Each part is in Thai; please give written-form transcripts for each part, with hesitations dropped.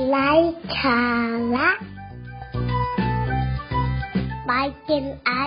ไร้สาระไปกินไอ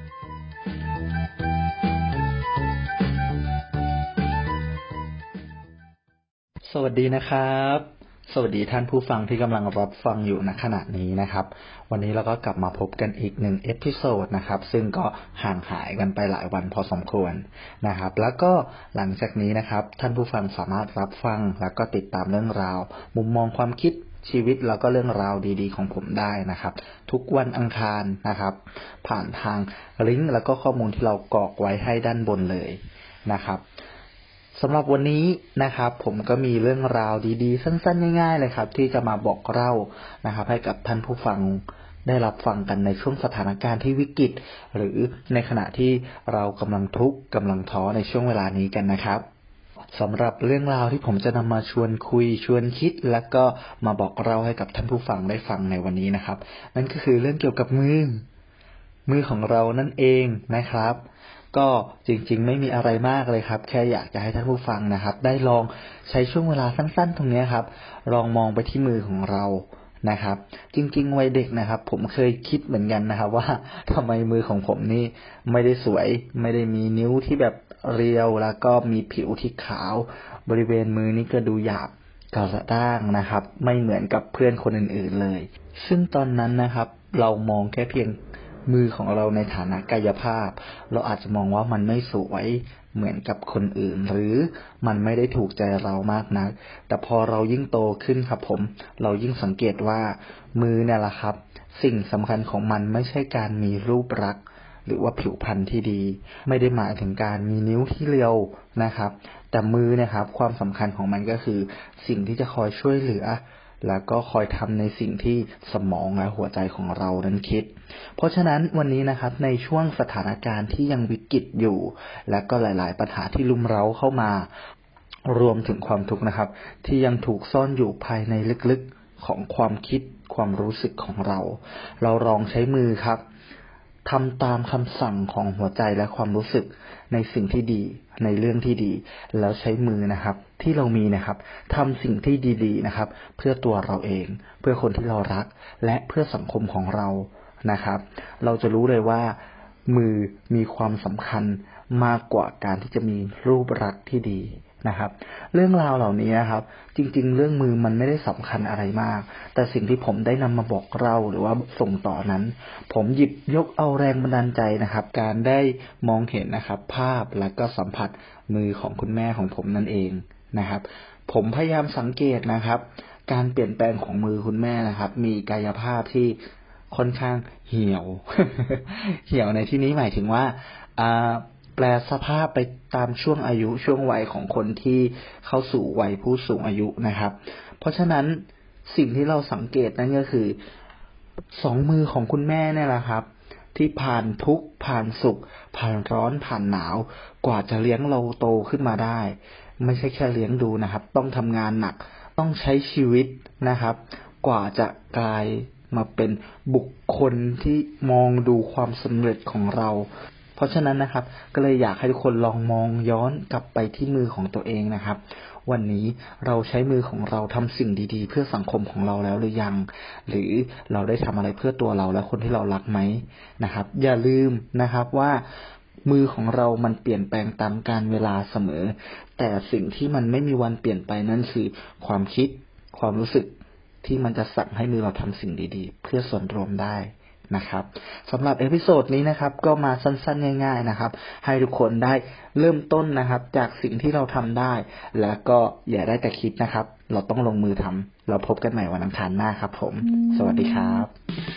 สวัสดีนะครับสวัสดีท่านผู้ฟังที่กำลังรับฟังอยู่ณขณะนี้นะครับวันนี้เราก็กลับมาพบกันอีกหนึ่งเอพิโซดนะครับซึ่งก็ห่างหายกันไปหลายวันพอสมควรนะครับแล้วก็หลังจากนี้นะครับท่านผู้ฟังสามารถรับฟังแล้วก็ติดตามเรื่องราวมุมมองความคิดชีวิตแล้วก็เรื่องราวดีๆของผมได้นะครับทุกวันอังคารนะครับผ่านทางลิงก์แล้วก็ข้อมูลที่เรากรอกไว้ให้ด้านบนเลยนะครับสำหรับวันนี้นะครับผมก็มีเรื่องราวดีๆสั้นๆง่ายๆเลยครับที่จะมาบอกเล่านะครับให้กับท่านผู้ฟังได้รับฟังกันในช่วงสถานการณ์ที่วิกฤตหรือในขณะที่เรากำลังทุกข์กำลังท้อในช่วงเวลานี้กันนะครับสำหรับเรื่องราวที่ผมจะนำมาชวนคุยชวนคิดและก็มาบอกเล่าให้กับท่านผู้ฟังได้ฟังในวันนี้นะครับนั่นก็คือเรื่องเกี่ยวกับมือของเรานั่นเองนะครับก็จริงๆไม่มีอะไรมากเลยครับแค่อยากจะให้ท่านผู้ฟังนะครับได้ลองใช้ช่วงเวลาสั้นๆตรงนี้ครับลองมองไปที่มือของเรานะครับจริงๆวัยเด็กนะครับผมเคยคิดเหมือนกันนะครับว่าทำไมมือของผมนี่ไม่ได้สวยไม่ได้มีนิ้วที่แบบเรียวแล้วก็มีผิวที่ขาวบริเวณมือนี่ก็ดูหยาบกระด้างนะครับไม่เหมือนกับเพื่อนคนอื่นๆเลยซึ่งตอนนั้นนะครับเรามองแค่เพียงมือของเราในฐานะกายภาพเราอาจจะมองว่ามันไม่สวยเหมือนกับคนอื่นหรือมันไม่ได้ถูกใจเรามากนักแต่พอเรายิ่งโตขึ้นครับผมเรายิ่งสังเกตว่ามือเนี่ยแหละครับสิ่งสำคัญของมันไม่ใช่การมีรูปลักษณ์หรือว่าผิวพรรณที่ดีไม่ได้หมายถึงการมีนิ้วที่เรียวนะครับแต่มือเนี่ยครับความสำคัญของมันก็คือสิ่งที่จะคอยช่วยเหลือแล้วก็คอยทำในสิ่งที่สมองและหัวใจของเรานั้นคิดเพราะฉะนั้นวันนี้นะครับในช่วงสถานการณ์ที่ยังวิกฤตอยู่และก็หลายๆปัญหาที่รุมเร้าเข้ามารวมถึงความทุกข์นะครับที่ยังถูกซ่อนอยู่ภายในลึกๆของความคิดความรู้สึกของเราลองใช้มือครับทำตามคำสั่งของหัวใจและความรู้สึกในสิ่งที่ดีในเรื่องที่ดีแล้วใช้มือนะครับที่เรามีนะครับทำสิ่งที่ดีๆนะครับเพื่อตัวเราเองเพื่อคนที่เรารักและเพื่อสังคมของเรานะครับเราจะรู้เลยว่ามือมีความสำคัญมากกว่าการที่จะมีรูปลักษณ์ที่ดีนะครับเรื่องราวเหล่านี้นะครับจริงๆเรื่องมือมันไม่ได้สำคัญอะไรมากแต่สิ่งที่ผมได้นำมาบอกเล่าหรือว่าส่งต่อนั้นผมหยิบยกเอาแรงบันดาลใจนะครับการได้มองเห็นนะครับภาพและก็สัมผัสมือของคุณแม่ของผมนั่นเองนะครับผมพยายามสังเกตนะครับการเปลี่ยนแปลงของมือคุณแม่นะครับมีกายภาพที่ค่อนข้างเหี่ยว เหี่ยวในที่นี้หมายถึงว่าแปลสภาพไปตามช่วงอายุช่วงวัยของคนที่เข้าสู่วัยผู้สูงอายุนะครับเพราะฉะนั้นสิ่งที่เราสังเกตนั่นก็คือสองมือของคุณแม่เนี่ยแหละครับที่ผ่านทุกข์ผ่านสุขผ่านร้อนผ่านหนาวกว่าจะเลี้ยงเราโตขึ้นมาได้ไม่ใช่แค่เลี้ยงดูนะครับต้องทำงานหนักต้องใช้ชีวิตนะครับกว่าจะกลายมาเป็นบุคคลที่มองดูความสำเร็จของเราเพราะฉะนั้นนะครับก็เลยอยากให้ทุกคนลองมองย้อนกลับไปที่มือของตัวเองนะครับวันนี้เราใช้มือของเราทำสิ่งดีๆเพื่อสังคมของเราแล้วหรือยังหรือเราได้ทำอะไรเพื่อตัวเราและคนที่เรารักไหมนะครับอย่าลืมนะครับว่ามือของเรามันเปลี่ยนแปลงตามกาลเวลาเสมอแต่สิ่งที่มันไม่มีวันเปลี่ยนไปนั่นคือความคิดความรู้สึกที่มันจะสั่งให้มือเราทำสิ่งดีๆเพื่อส่วนรวมได้นะครับสำหรับเอพิโซดนี้นะครับก็มาสั้นๆง่ายๆนะครับให้ทุกคนได้เริ่มต้นนะครับจากสิ่งที่เราทำได้แล้วก็อย่าได้แต่คิดนะครับเราต้องลงมือทำเราพบกันใหม่วันอังคารหน้าครับผมสวัสดีครับ